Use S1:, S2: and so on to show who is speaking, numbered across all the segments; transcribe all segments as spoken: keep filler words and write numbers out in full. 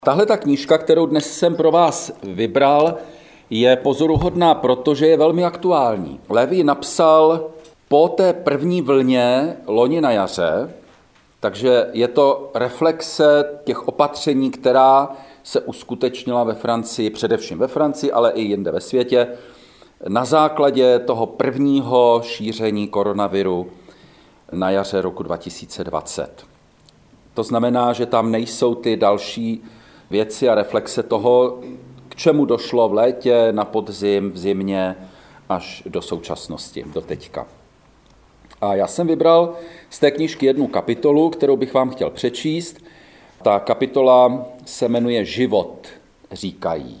S1: Tahle ta knížka, kterou dnes jsem pro vás vybral, je pozoruhodná, protože je velmi aktuální. Levi napsal po té první vlně loni na jaře, takže je to reflexe těch opatření, která se uskutečnila ve Francii, především ve Francii, ale i jinde ve světě, na základě toho prvního šíření koronaviru na jaře roku dva tisíce dvacet. To znamená, že tam nejsou ty další věci a reflexe toho, k čemu došlo v létě, na podzim, v zimě, až do současnosti, do teďka. A já jsem vybral z té knížky jednu kapitolu, kterou bych vám chtěl přečíst. Ta kapitola se jmenuje Život, říkají.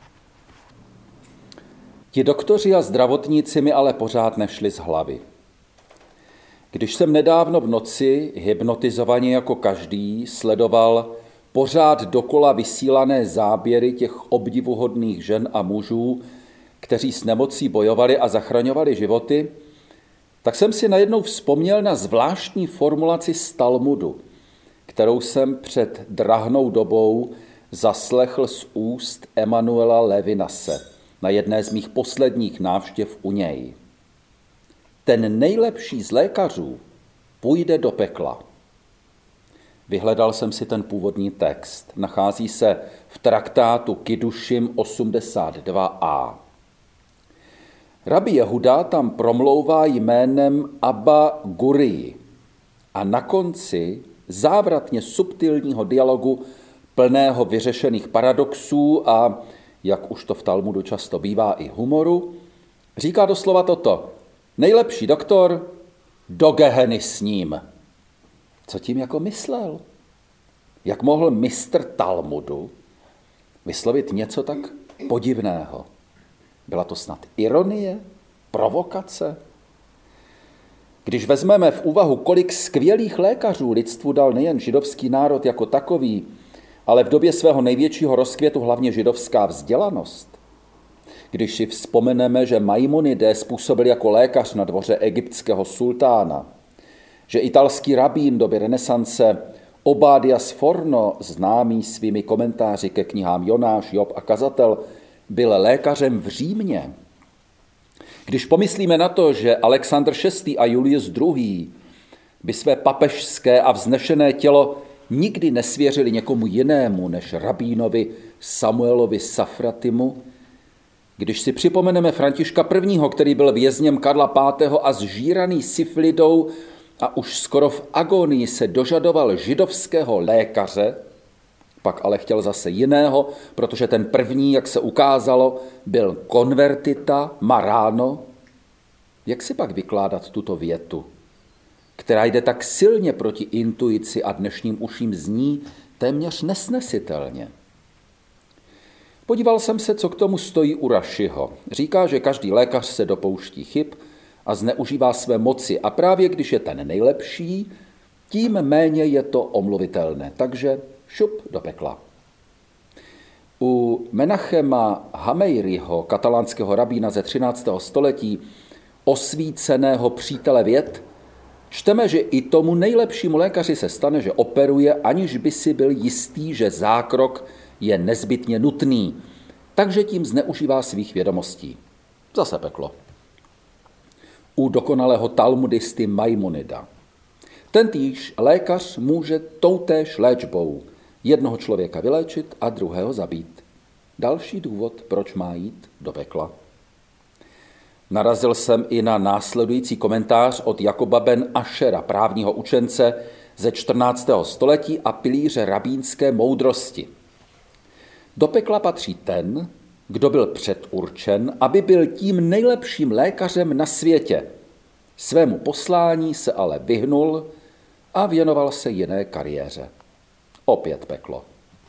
S1: Ti doktoři a zdravotníci mi ale pořád nešli z hlavy. Když jsem nedávno v noci, hypnotizovaně jako každý, sledoval pořád dokola vysílané záběry těch obdivuhodných žen a mužů, kteří s nemocí bojovali a zachraňovali životy, tak jsem si najednou vzpomněl na zvláštní formulaci z Talmudu, kterou jsem před drahnou dobou zaslechl z úst Emanuela Levinase na jedné z mých posledních návštěv u něj. Ten nejlepší z lékařů půjde do pekla. Vyhledal jsem si ten původní text. Nachází se v traktátu Kidušim osmdesát dva a. Rabi Jehuda tam promlouvá jménem Abba Gurii a na konci závratně subtilního dialogu plného vyřešených paradoxů a, jak už to v Talmudu často bývá, i humoru, říká doslova toto. Nejlepší doktor, do Geheny s ním. Co tím jako myslel? Jak mohl mistr Talmudu vyslovit něco tak podivného? Byla to snad ironie? Provokace? Když vezmeme v úvahu, kolik skvělých lékařů lidstvu dal nejen židovský národ jako takový, ale v době svého největšího rozkvětu hlavně židovská vzdělanost, když si vzpomeneme, že Maimonide způsobil jako lékař na dvoře egyptského sultána, že italský rabín doby renesance Obádia Sforno, známý svými komentáři ke knihám Jonáš, Job a Kazatel, byl lékařem v Římě. Když pomyslíme na to, že Alexandr šestý a Julius druhý by své papežské a vznešené tělo nikdy nesvěřili někomu jinému než rabínovi Samuelovi Safratimu, když si připomeneme Františka prvního, který byl vězněm Karla pátého a zžíraný syfilidou a už skoro v agonii se dožadoval židovského lékaře, pak ale chtěl zase jiného, protože ten první, jak se ukázalo, byl konvertita, Marano. Jak si pak vykládat tuto větu, která jde tak silně proti intuici a dnešním uším zní téměř nesnesitelně? Podíval jsem se, co k tomu stojí u Rashiho. Říká, že každý lékař se dopouští chyb a zneužívá své moci a právě když je ten nejlepší, tím méně je to omluvitelné. Takže šup do pekla. U Menachema Hameiriho, katalánského rabína ze třináctého století, osvíceného přítele věd, čteme, že i tomu nejlepšímu lékaři se stane, že operuje, aniž by si byl jistý, že zákrok je nezbytně nutný, takže tím zneužívá svých vědomostí. Zase peklo. U dokonalého talmudisty Maimonida. Tentýž lékař může toutéž léčbou jednoho člověka vyléčit a druhého zabít. Další důvod, proč má jít do pekla. Narazil jsem i na následující komentář od Jakoba ben Ašera, právního učence ze čtrnáctého století a pilíře rabínské moudrosti. Do pekla patří ten, kdo byl předurčen, aby byl tím nejlepším lékařem na světě. Svému poslání se ale vyhnul a věnoval se jiné kariéře. Opět peklo.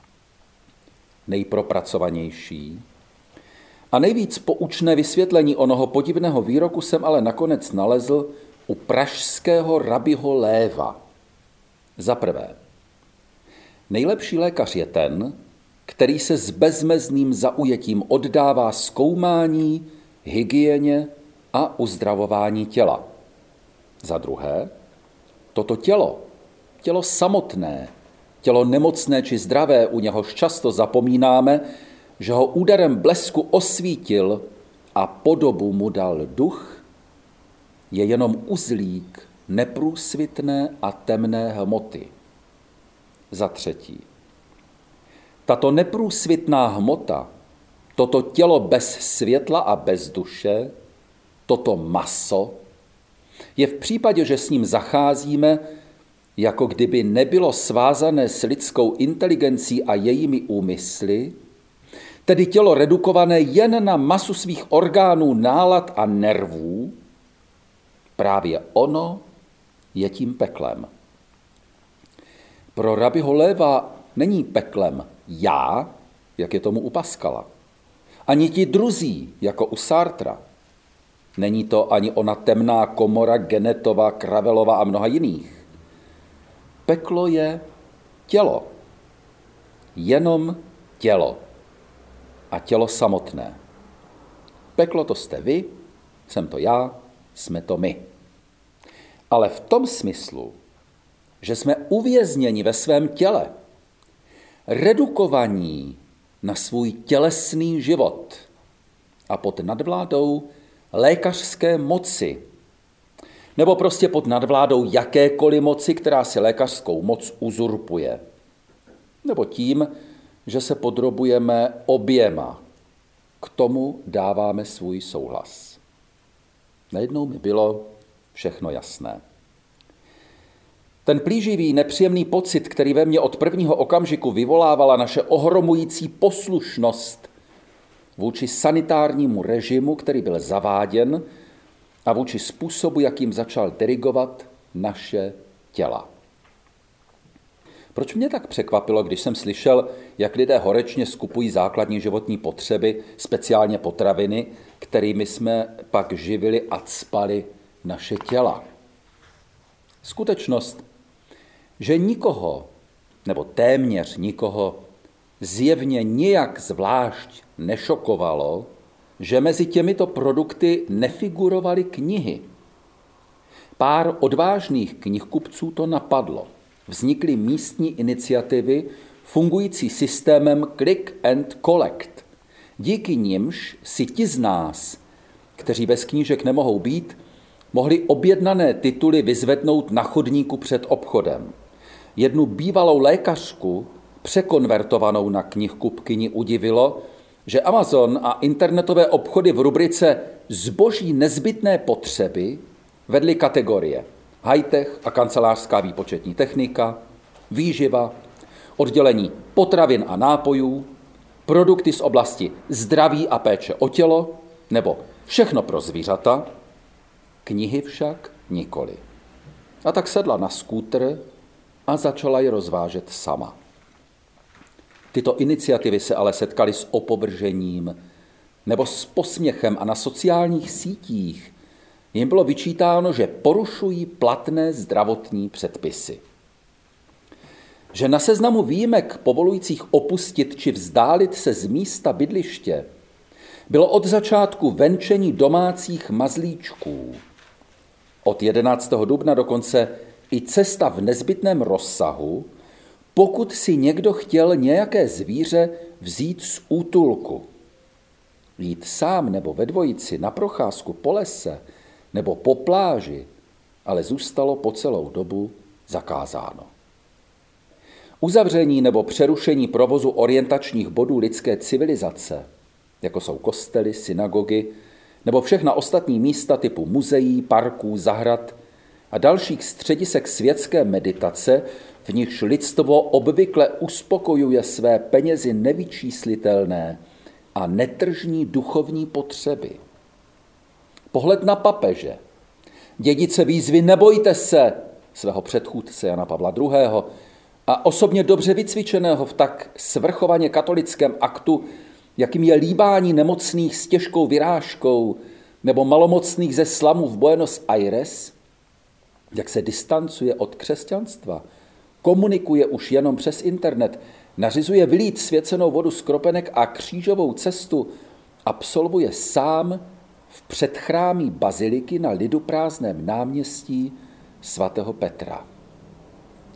S1: Nejpropracovanější a nejvíc poučné vysvětlení onoho podivného výroku jsem ale nakonec nalezl u pražského rabiho Léva. Za prvé, nejlepší lékař je ten, který se s bezmezným zaujetím oddává zkoumání, hygieně a uzdravování těla. Za druhé, toto tělo, tělo samotné, Tělo nemocné či zdravé, u něhož často zapomínáme, že ho úderem blesku osvítil a podobu mu dal duch, je jenom uzlík neprůsvitné a temné hmoty. Za třetí, tato neprůsvitná hmota, toto tělo bez světla a bez duše, toto maso, je v případě, že s ním zacházíme, jako kdyby nebylo svázané s lidskou inteligencí a jejími úmysly, tedy tělo redukované jen na masu svých orgánů, nálad a nervů, právě ono je tím peklem. Pro rabiho Léva není peklem já, jak je tomu u Pascala, ani ti druzí, jako u Sartra. Není to ani ona temná komora Genetova, Kravelova a mnoha jiných. Peklo je tělo. Jenom tělo. A tělo samotné. Peklo to jste vy, jsem to já, jsme to my. Ale v tom smyslu, že jsme uvězněni ve svém těle, redukovaní na svůj tělesný život a pod nadvládou lékařské moci, nebo prostě pod nadvládou jakékoliv moci, která si lékařskou moc uzurpuje. Nebo tím, že se podrobujeme oběma. K tomu dáváme svůj souhlas. Najednou mi bylo všechno jasné. Ten plíživý, nepříjemný pocit, který ve mně od prvního okamžiku vyvolávala naše ohromující poslušnost vůči sanitárnímu režimu, který byl zaváděn, a vůči způsobu, jakým začal dirigovat naše těla. Proč mě tak překvapilo, když jsem slyšel, jak lidé horečně skupují základní životní potřeby, speciálně potraviny, kterými jsme pak živili a cpali naše těla? Skutečnost, že nikoho, nebo téměř nikoho, zjevně nijak zvlášť nešokovalo, že mezi těmito produkty nefigurovaly knihy. Pár odvážných knihkupců to napadlo. Vznikly místní iniciativy fungující systémem click and collect. Díky nimž si ti z nás, kteří bez knížek nemohou být, mohli objednané tituly vyzvednout na chodníku před obchodem. Jednu bývalou lékařku, překonvertovanou na knihkupkyni, udivilo, že Amazon a internetové obchody v rubrice Zboží nezbytné potřeby vedly kategorie high-tech a kancelářská výpočetní technika, výživa, oddělení potravin a nápojů, produkty z oblasti zdraví a péče o tělo, nebo všechno pro zvířata, knihy však nikoli. A tak sedla na skútr a začala je rozvážet sama. Tyto iniciativy se ale setkaly s opovržením nebo s posměchem a na sociálních sítích jim bylo vyčítáno, že porušují platné zdravotní předpisy. Že na seznamu výjimek povolujících opustit či vzdálit se z místa bydliště bylo od začátku venčení domácích mazlíčků. Od jedenáctého dubna dokonce i cesta v nezbytném rozsahu, pokud si někdo chtěl nějaké zvíře vzít z útulku. Jít sám nebo ve dvojici na procházku po lese nebo po pláži, ale zůstalo po celou dobu zakázáno. Uzavření nebo přerušení provozu orientačních bodů lidské civilizace, jako jsou kostely, synagogy, nebo všechna ostatní místa typu muzeí, parků, zahrad a dalších středisek světské meditace, v nichž lidstvo obvykle uspokojuje své penězi nevyčíslitelné a netržní duchovní potřeby. Pohled na papeže, dědice výzvy nebojte se, svého předchůdce Jana Pavla druhého. a osobně dobře vycvičeného v tak svrchovaně katolickém aktu, jakým je líbání nemocných s těžkou vyrážkou nebo malomocných ze slamu v Buenos Aires, jak se distancuje od křesťanstva, komunikuje už jenom přes internet, nařizuje vylít svěcenou vodu z kropenek a křížovou cestu absolvuje sám v předchrámí baziliky na liduprázdném náměstí svatého Petra.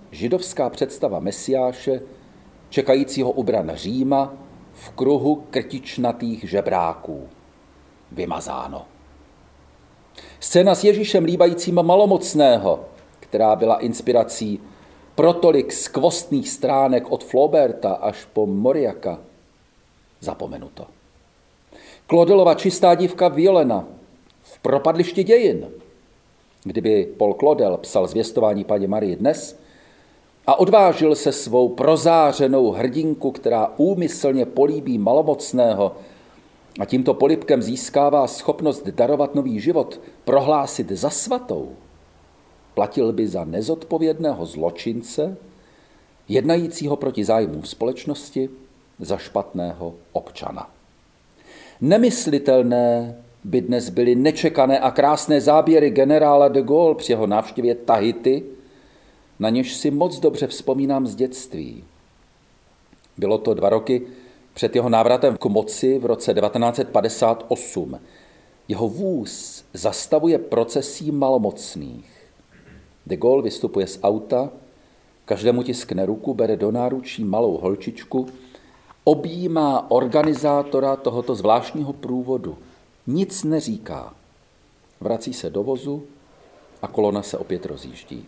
S1: židovská představa Mesiáše, čekajícího u bran Říma v kruhu krtičnatých žebráků. Vymazáno. Scéna s Ježíšem líbajícím malomocného, která byla inspirací pro tolik skvostných stránek od Flauberta až po Moriaka, zapomenuto. Claudelova čistá dívka Violena v propadlišti dějin. Kdyby Paul Claudel psal Zvěstování Panny Marie dnes a odvážil se svou prozářenou hrdinku, která úmyslně políbí malomocného a tímto polibkem získává schopnost darovat nový život, prohlásit za svatou, platil by za nezodpovědného zločince, jednajícího proti zájmům společnosti, za špatného občana. Nemyslitelné by dnes byly nečekané a krásné záběry generála de Gaulle při jeho návštěvě Tahiti, na něž si moc dobře vzpomínám z dětství. Bylo to dva roky před jeho návratem k moci v roce devatenáct set padesát osm. Jeho vůz zastavuje procesí malomocných. De Gaulle vystupuje z auta, každému tiskne ruku, bere do náručí malou holčičku, objímá organizátora tohoto zvláštního průvodu. Nic neříká. Vrací se do vozu a kolona se opět rozjíždí.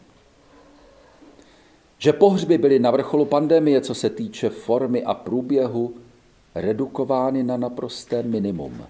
S1: Že pohřby byly na vrcholu pandemie, co se týče formy a průběhu, redukovány na naprosté minimum.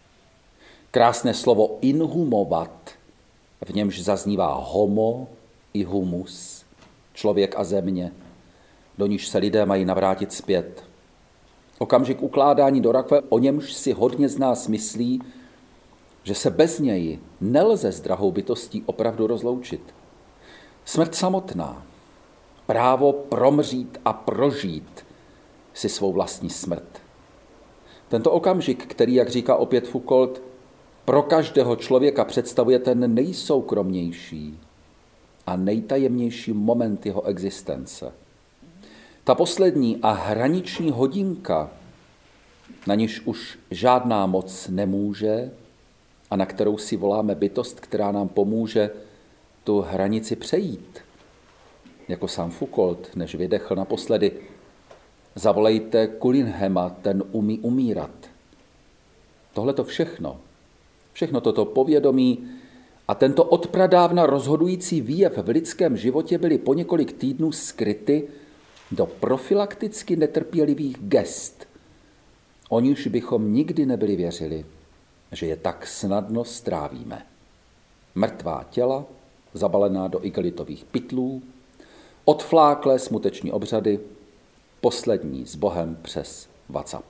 S1: Krásné slovo inhumovat, v němž zaznívá homo i humus, člověk a země, do níž se lidé mají navrátit zpět. Okamžik ukládání do rakve, o němž si hodně z nás myslí, že se bez něj nelze s drahou bytostí opravdu rozloučit. Smrt samotná, právo promřít a prožít si svou vlastní smrt. Tento okamžik, který, jak říká opět Foucault, pro každého člověka představuje ten nejsoukromnější a nejtajemnější moment jeho existence. Ta poslední a hraniční hodinka, na níž už žádná moc nemůže a na kterou si voláme bytost, která nám pomůže tu hranici přejít. Jako sám Foucault, než vydechl naposledy, zavolejte Cullinghamma, ten umí umírat. Tohle to všechno, všechno toto povědomí a tento odpradávna rozhodující výjev v lidském životě byly po několik týdnů skryty do profilakticky netrpělivých gest, o nichž bychom nikdy nebyli věřili, že je tak snadno strávíme. Mrtvá těla, zabalená do igelitových pytlů, odfláklé smuteční obřady, poslední s Bohem přes WhatsApp.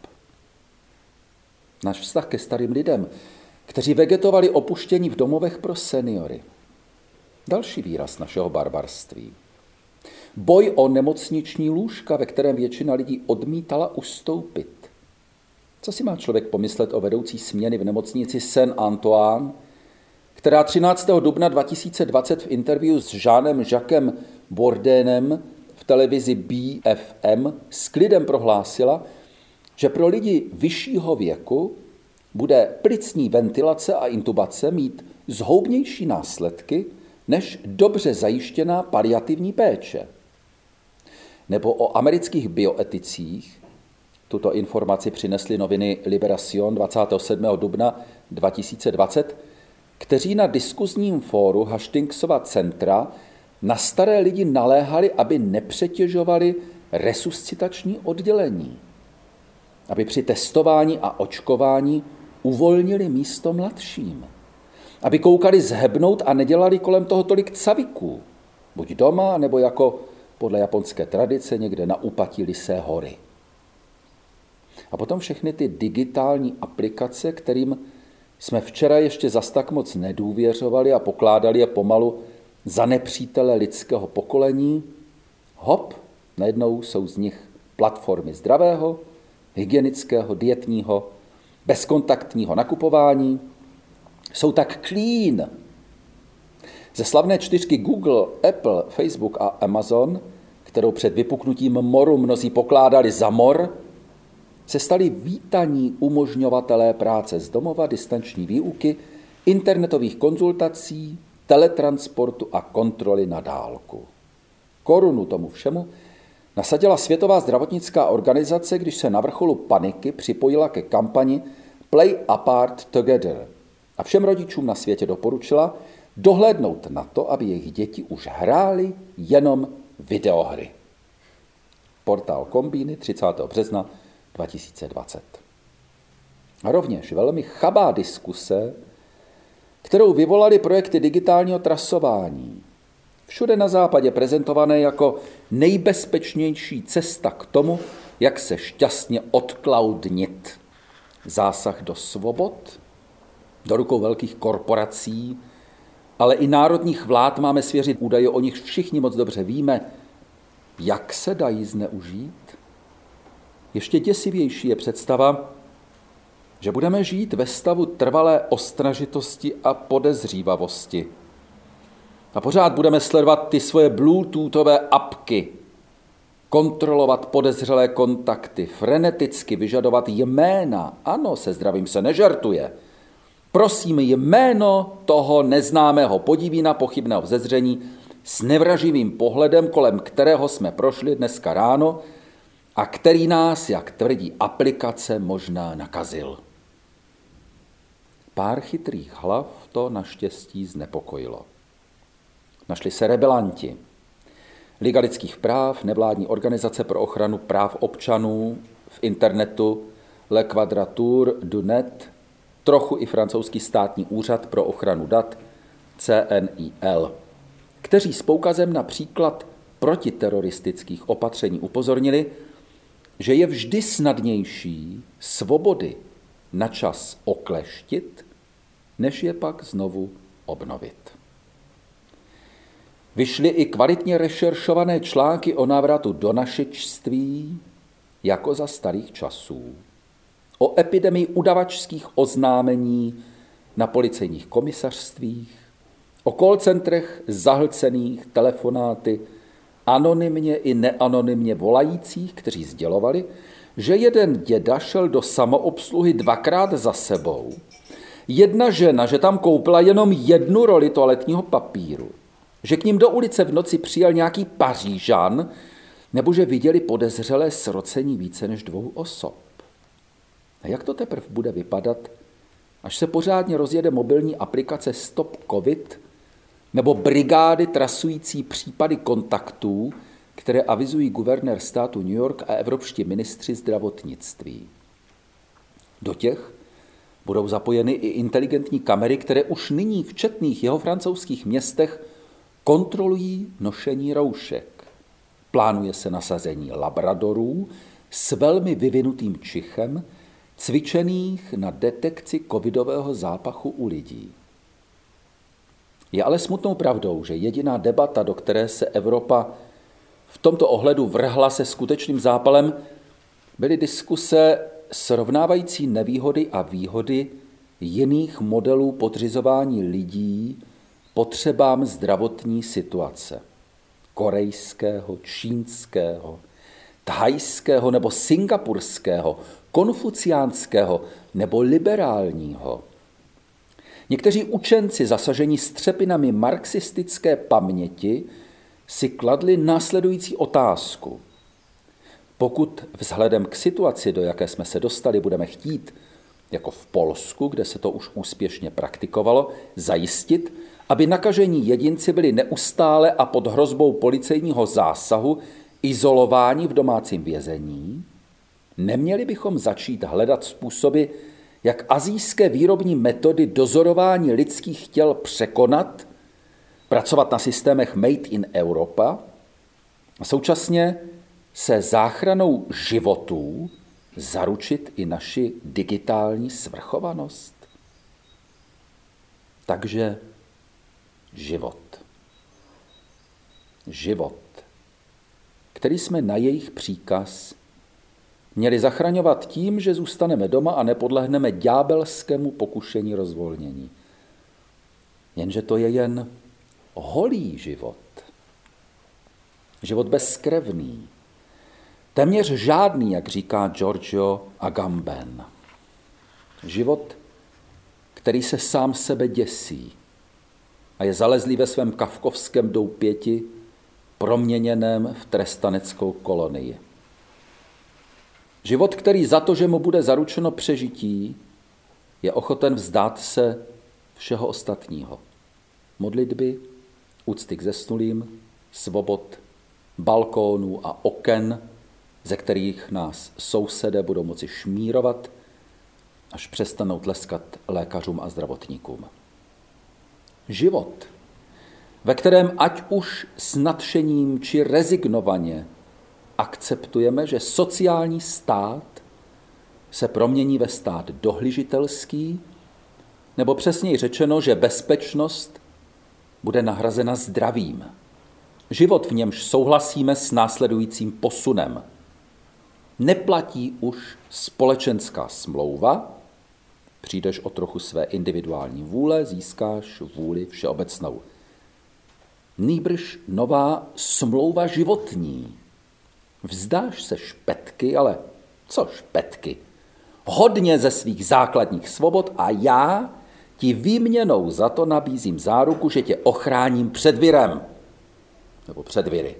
S1: Náš vztah ke starým lidem, kteří vegetovali opuštění v domovech pro seniory. Další výraz našeho barbarství. Boj o nemocniční lůžka, ve kterém většina lidí odmítala ustoupit. Co si má člověk pomyslet o vedoucí směny v nemocnici Saint-Antoine, která třináctého dubna dva tisíce dvacet v interview s Jeanem Jacquesem Bourdainem v televizi B F M s klidem prohlásila, že pro lidi vyššího věku bude plicní ventilace a intubace mít zhoubnější následky než dobře zajištěná paliativní péče. Nebo o amerických bioeticích, tuto informaci přinesly noviny Libération dvacátého sedmého dubna dva tisíce dvacet, kteří na diskuzním fóru Hastings-ova centra na staré lidi naléhali, aby nepřetěžovali resuscitační oddělení, aby při testování a očkování uvolnili místo mladším, aby koukali zhebnout a nedělali kolem toho tolik caviků, buď doma, nebo jako podle japonské tradice někde na úpatí Lysé hory. A potom všechny ty digitální aplikace, kterým jsme včera ještě zas tak moc nedůvěřovali a pokládali je pomalu za nepřítele lidského pokolení, hop, najednou jsou z nich platformy zdravého, hygienického, dietního, bezkontaktního nakupování. Jsou tak clean. Ze slavné čtyřky Google, Apple, Facebook a Amazon, kterou před vypuknutím moru mnozí pokládali za mor, se stali vítaní umožňovatelé práce z domova, distanční výuky, internetových konzultací, teletransportu a kontroly na dálku. Korunu tomu všemu nasadila Světová zdravotnická organizace, když se na vrcholu paniky připojila ke kampani Play Apart Together a všem rodičům na světě doporučila dohlédnout na to, aby jejich děti už hrály jenom videohry. Portál Kombíny třicátého března dva tisíce dvacet. A rovněž velmi chabá diskuse, kterou vyvolaly projekty digitálního trasování. Všude na západě prezentované jako nejbezpečnější cesta k tomu, jak se šťastně odcloudnit. Zásah do svobod, do rukou velkých korporací, ale i národních vlád máme svěřit údaje, o nich všichni moc dobře víme, jak se dají zneužít. Ještě děsivější je představa, že budeme žít ve stavu trvalé ostražitosti a podezřívavosti. A pořád budeme sledovat ty svoje bluetoothové apky, kontrolovat podezřelé kontakty, freneticky vyžadovat jména. Ano, se zdravím se nežartuje. Prosím jméno toho neznámého podívína pochybného vzezření s nevraživým pohledem, kolem kterého jsme prošli dneska ráno a který nás, jak tvrdí aplikace, možná nakazil. Pár chytrých hlav to naštěstí znepokojilo. Našli se rebelanti. Liga lidských práv, nevládní organizace pro ochranu práv občanů v internetu, Le Quadrature du Net, trochu i francouzský státní úřad pro ochranu dat, C N I L, kteří s poukazem na příklad protiteroristických opatření upozornili, že je vždy snadnější svobody na čas okleštit, než je pak znovu obnovit. Vyšly i kvalitně rešeršované články o návratu do našečství jako za starých časů, o epidemii udavačských oznámení na policejních komisařstvích, o call centrech zahlcených telefonáty anonymně i neanonymně volajících, kteří sdělovali, že jeden děda šel do samoobsluhy dvakrát za sebou, jedna žena, že tam koupila jenom jednu roli toaletního papíru, že k ním do ulice v noci přijel nějaký Pařížan, nebo že viděli podezřelé srocení více než dvou osob. A jak to teprve bude vypadat, až se pořádně rozjede mobilní aplikace Stop Covid nebo brigády trasující případy kontaktů, které avizují guvernér státu New York a evropští ministři zdravotnictví. Do těch budou zapojeny i inteligentní kamery, které už nyní v četných jeho francouzských městech kontrolují nošení roušek. Plánuje se nasazení labradorů s velmi vyvinutým čichem, cvičených na detekci covidového zápachu u lidí. Je ale smutnou pravdou, že jediná debata, do které se Evropa v tomto ohledu vrhla se skutečným zápalem, byly diskuse srovnávající nevýhody a výhody jiných modelů podřizování lidí potřebám zdravotní situace. Korejského, čínského, thajského nebo singapurského, konfuciánského nebo liberálního. Někteří učenci zasažení střepinami marxistické paměti si kladli následující otázku. Pokud vzhledem k situaci, do jaké jsme se dostali, budeme chtít, jako v Polsku, kde se to už úspěšně praktikovalo, zajistit, aby nakažení jedinci byli neustále a pod hrozbou policejního zásahu izolováni v domácím vězení, neměli bychom začít hledat způsoby, jak asijské výrobní metody dozorování lidských těl překonat, pracovat na systémech Made in Europa a současně se záchranou životů zaručit i naši digitální svrchovanost. Takže život. Život, který jsme na jejich příkaz měli zachraňovat tím, že zůstaneme doma a nepodlehneme ďábelskému pokušení rozvolnění. Jenže to je jen holý život. Život bezkrevný. Téměř žádný, jak říká Giorgio Agamben. Život, který se sám sebe děsí a je zalezlý ve svém kafkovském doupěti proměněném v trestaneckou kolonii. Život, který za to, že mu bude zaručeno přežití, je ochoten vzdát se všeho ostatního. Modlitby, úcty k zesnulým, svobod, balkónů a oken, ze kterých nás sousedé budou moci šmírovat, až přestanou tleskat lékařům a zdravotníkům. Život, ve kterém ať už s nadšením či rezignovaně akceptujeme, že sociální stát se promění ve stát dohlížitelský, nebo přesněji řečeno, že bezpečnost bude nahrazena zdravím. Život, v němž souhlasíme s následujícím posunem. Neplatí už společenská smlouva, přijdeš o trochu své individuální vůle, získáš vůli všeobecnou. Nýbrž nová smlouva životní. Vzdáš se špetky, ale co špetky? Hodně ze svých základních svobod a já ti výměnou za to nabízím záruku, že tě ochráním před virem. Nebo před viry.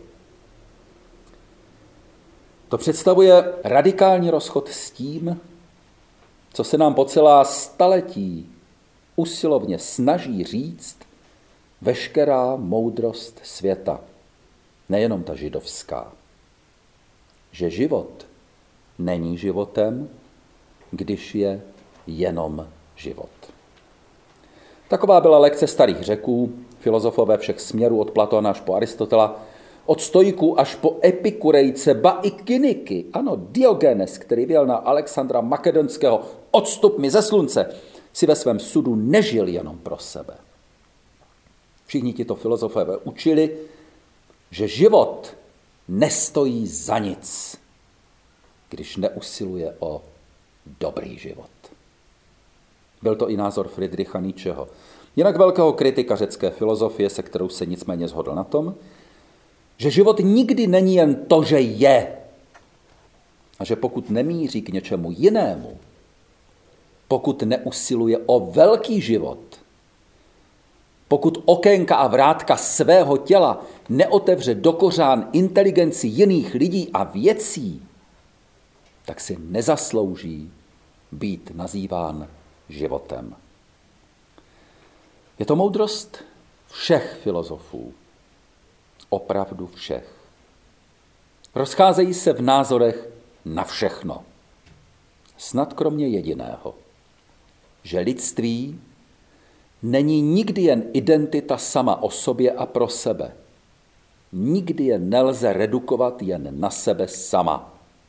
S1: To představuje radikální rozchod s tím, co se nám po celá staletí usilovně snaží říct veškerá moudrost světa, nejenom ta židovská. Že život není životem, když je jenom život. Taková byla lekce starých Řeků, filozofové všech směrů od Platona až po Aristotela, od stoiků až po epikurejce, ba i kyniky, ano, Diogenes, který věl na Alexandra Makedonského, odstup mi ze slunce, si ve svém sudu nežil jenom pro sebe. Všichni tito filozofové učili, že život nestojí za nic, když neusiluje o dobrý život. Byl to i názor Friedricha Nietzscheho, jinak velkého kritika řecké filozofie, se kterou se nicméně shodl na tom, že život nikdy není jen to, že je, a že pokud nemíří k něčemu jinému, pokud neusiluje o velký život, pokud okénka a vrátka svého těla neotevře do kořán inteligenci jiných lidí a věcí, tak si nezaslouží být nazýván životem. Je to moudrost všech filozofů, opravdu všech. Rozcházejí se v názorech na všechno. Snad kromě jediného, že lidství není nikdy jen identita sama o sobě a pro sebe. Nikdy je nelze redukovat jen na sebe sama.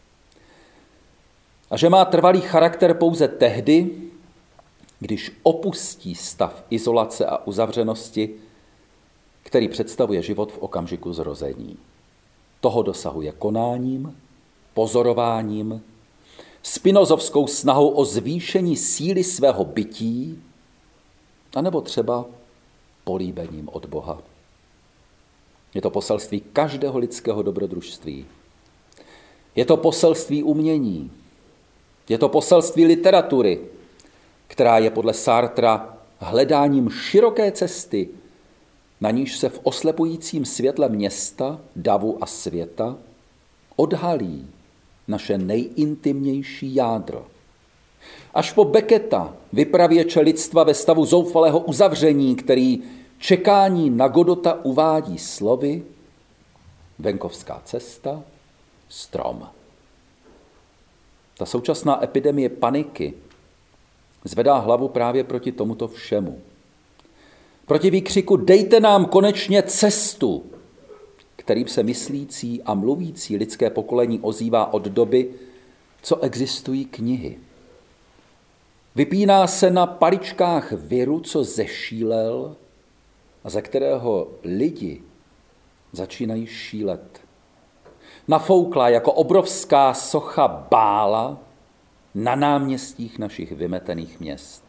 S1: A že má trvalý charakter pouze tehdy, když opustí stav izolace a uzavřenosti, který představuje život v okamžiku zrození. Toho dosahuje konáním, pozorováním, spinozovskou snahou o zvýšení síly svého bytí, anebo třeba políbením od Boha. Je to poselství každého lidského dobrodružství. Je to poselství umění. Je to poselství literatury, která je podle Sartra hledáním široké cesty, na níž se v oslepujícím světle města, davu a světa odhalí naše nejintimnější jádro. Až po Becketa, vypravěče lidstva ve stavu zoufalého uzavření, který čekání na Godota uvádí slovy venkovská cesta, strom. Ta současná epidemie paniky zvedá hlavu právě proti tomuto všemu. Proti výkřiku dejte nám konečně cestu, kterým se myslící a mluvící lidské pokolení ozývá od doby, co existují knihy. Vypíná se na paličkách viru, co zešílel a ze kterého lidi začínají šílet. Nafoukla jako obrovská socha Bála na náměstích našich vymetených měst.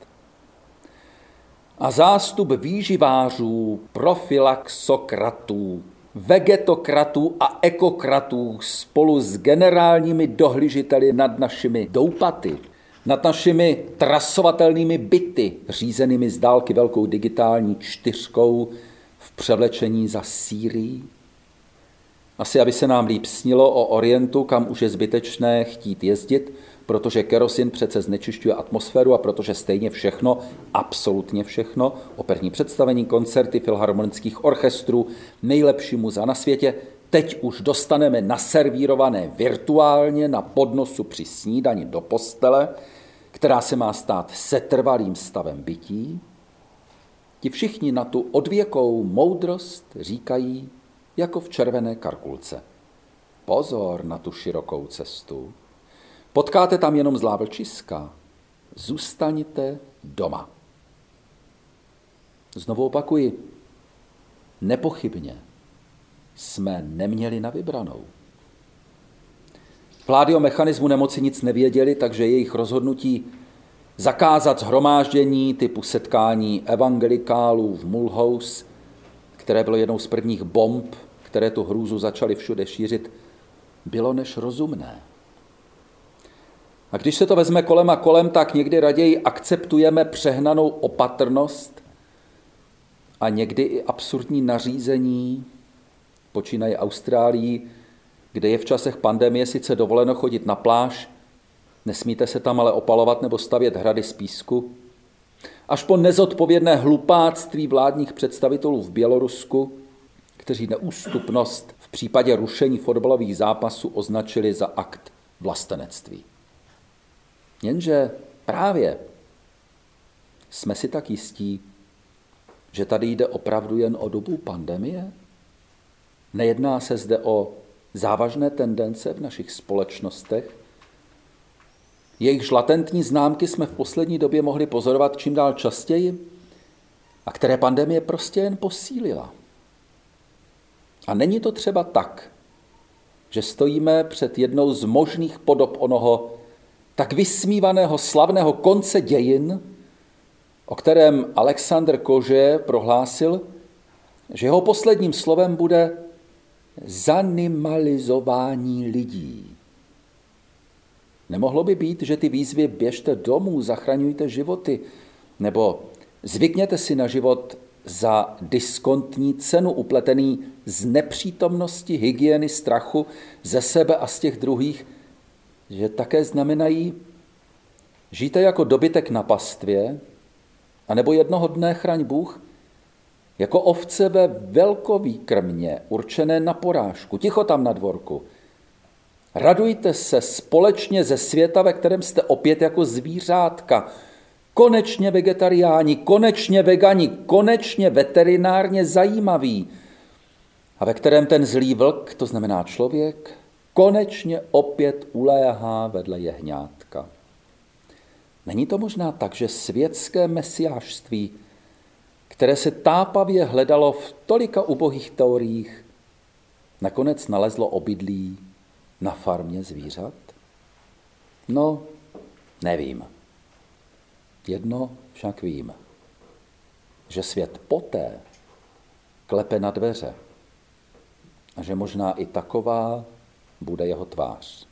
S1: A zástup výživářů, profilaxokratů, vegetokratů a ekokratů spolu s generálními dohlížiteli nad našimi doupaty, nad našimi trasovatelnými byty, řízenými z dálky velkou digitální čtyřkou v převlečení za Sýrií, Asi, aby se nám líp snilo o Orientu, kam už je zbytečné chtít jezdit, protože kerosin přece znečišťuje atmosféru a protože stejně všechno, absolutně všechno, operní představení, koncerty, filharmonických orchestrů, nejlepší muza na světě, teď už dostaneme naservírované virtuálně na podnosu při snídani do postele, která se má stát setrvalým stavem bytí. Ti všichni na tu odvěkou moudrost říkají jako v červené karkulce. Pozor na tu širokou cestu. Potkáte tam jenom zlá vlčiska. Zůstaňte doma. Znovu opakuji. Nepochybně jsme neměli na vybranou. Vlády o mechanismu nemoci nic nevěděli, takže jejich rozhodnutí zakázat shromáždění typu setkání evangelikálů v Mulhouse, které bylo jednou z prvních bomb, které tu hrůzu začaly všude šířit, bylo než rozumné. A když se to vezme kolem a kolem, tak někdy raději akceptujeme přehnanou opatrnost a někdy i absurdní nařízení, počínaje Austrálií, kde je v časech pandemie sice dovoleno chodit na pláž, nesmíte se tam ale opalovat nebo stavět hrady z písku, až po nezodpovědné hlupáctví vládních představitelů v Bělorusku, kteří neústupnost v případě rušení fotbalových zápasů označili za akt vlastenectví. Jenže právě jsme si tak jistí, že tady jde opravdu jen o dobu pandemie? Nejedná se zde o závažné tendence v našich společnostech? Jejich latentní známky jsme v poslední době mohli pozorovat čím dál častěji a které pandemie prostě jen posílila. A není to třeba tak, že stojíme před jednou z možných podob onoho tak vysmívaného slavného konce dějin, o kterém Alexandr Kože prohlásil, že jeho posledním slovem bude zanimalizování lidí. Nemohlo by být, že ty výzvy běžte domů, zachraňujte životy, nebo zvykněte si na život za diskontní cenu upletený z nepřítomnosti, hygieny, strachu ze sebe a z těch druhých, že také znamenají žijte jako dobytek na pastvě, anebo jednoho dne, chraň Bůh, jako ovce ve velkovýkrmě, určené na porážku, ticho tam na dvorku. Radujte se společně ze světa, ve kterém jste opět jako zvířátka, konečně vegetariáni, konečně vegani, konečně veterinárně zajímaví a ve kterém ten zlý vlk, to znamená člověk, konečně opět uléhá vedle jehňátka. Není to možná tak, že světské mesiášství, které se tápavě hledalo v tolika ubohých teoriích, nakonec nalezlo obydlí na farmě zvířat? No, nevím. Jedno však vím, že svět poté klepe na dveře a že možná i taková bude jeho tvář.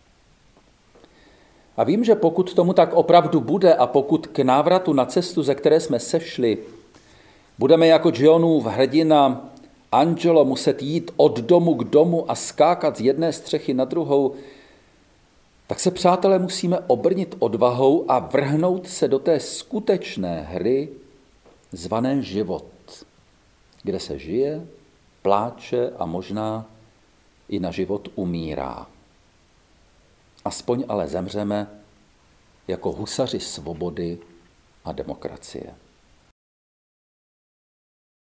S1: A vím, že pokud tomu tak opravdu bude a pokud k návratu na cestu, ze které jsme sešli, budeme jako Johnův hrdina Angelo muset jít od domu k domu a skákat z jedné střechy na druhou, tak se, přátelé, musíme obrnit odvahou a vrhnout se do té skutečné hry zvané život, kde se žije, pláče a možná i na život umírá. Aspoň ale zemřeme jako husaři svobody a demokracie.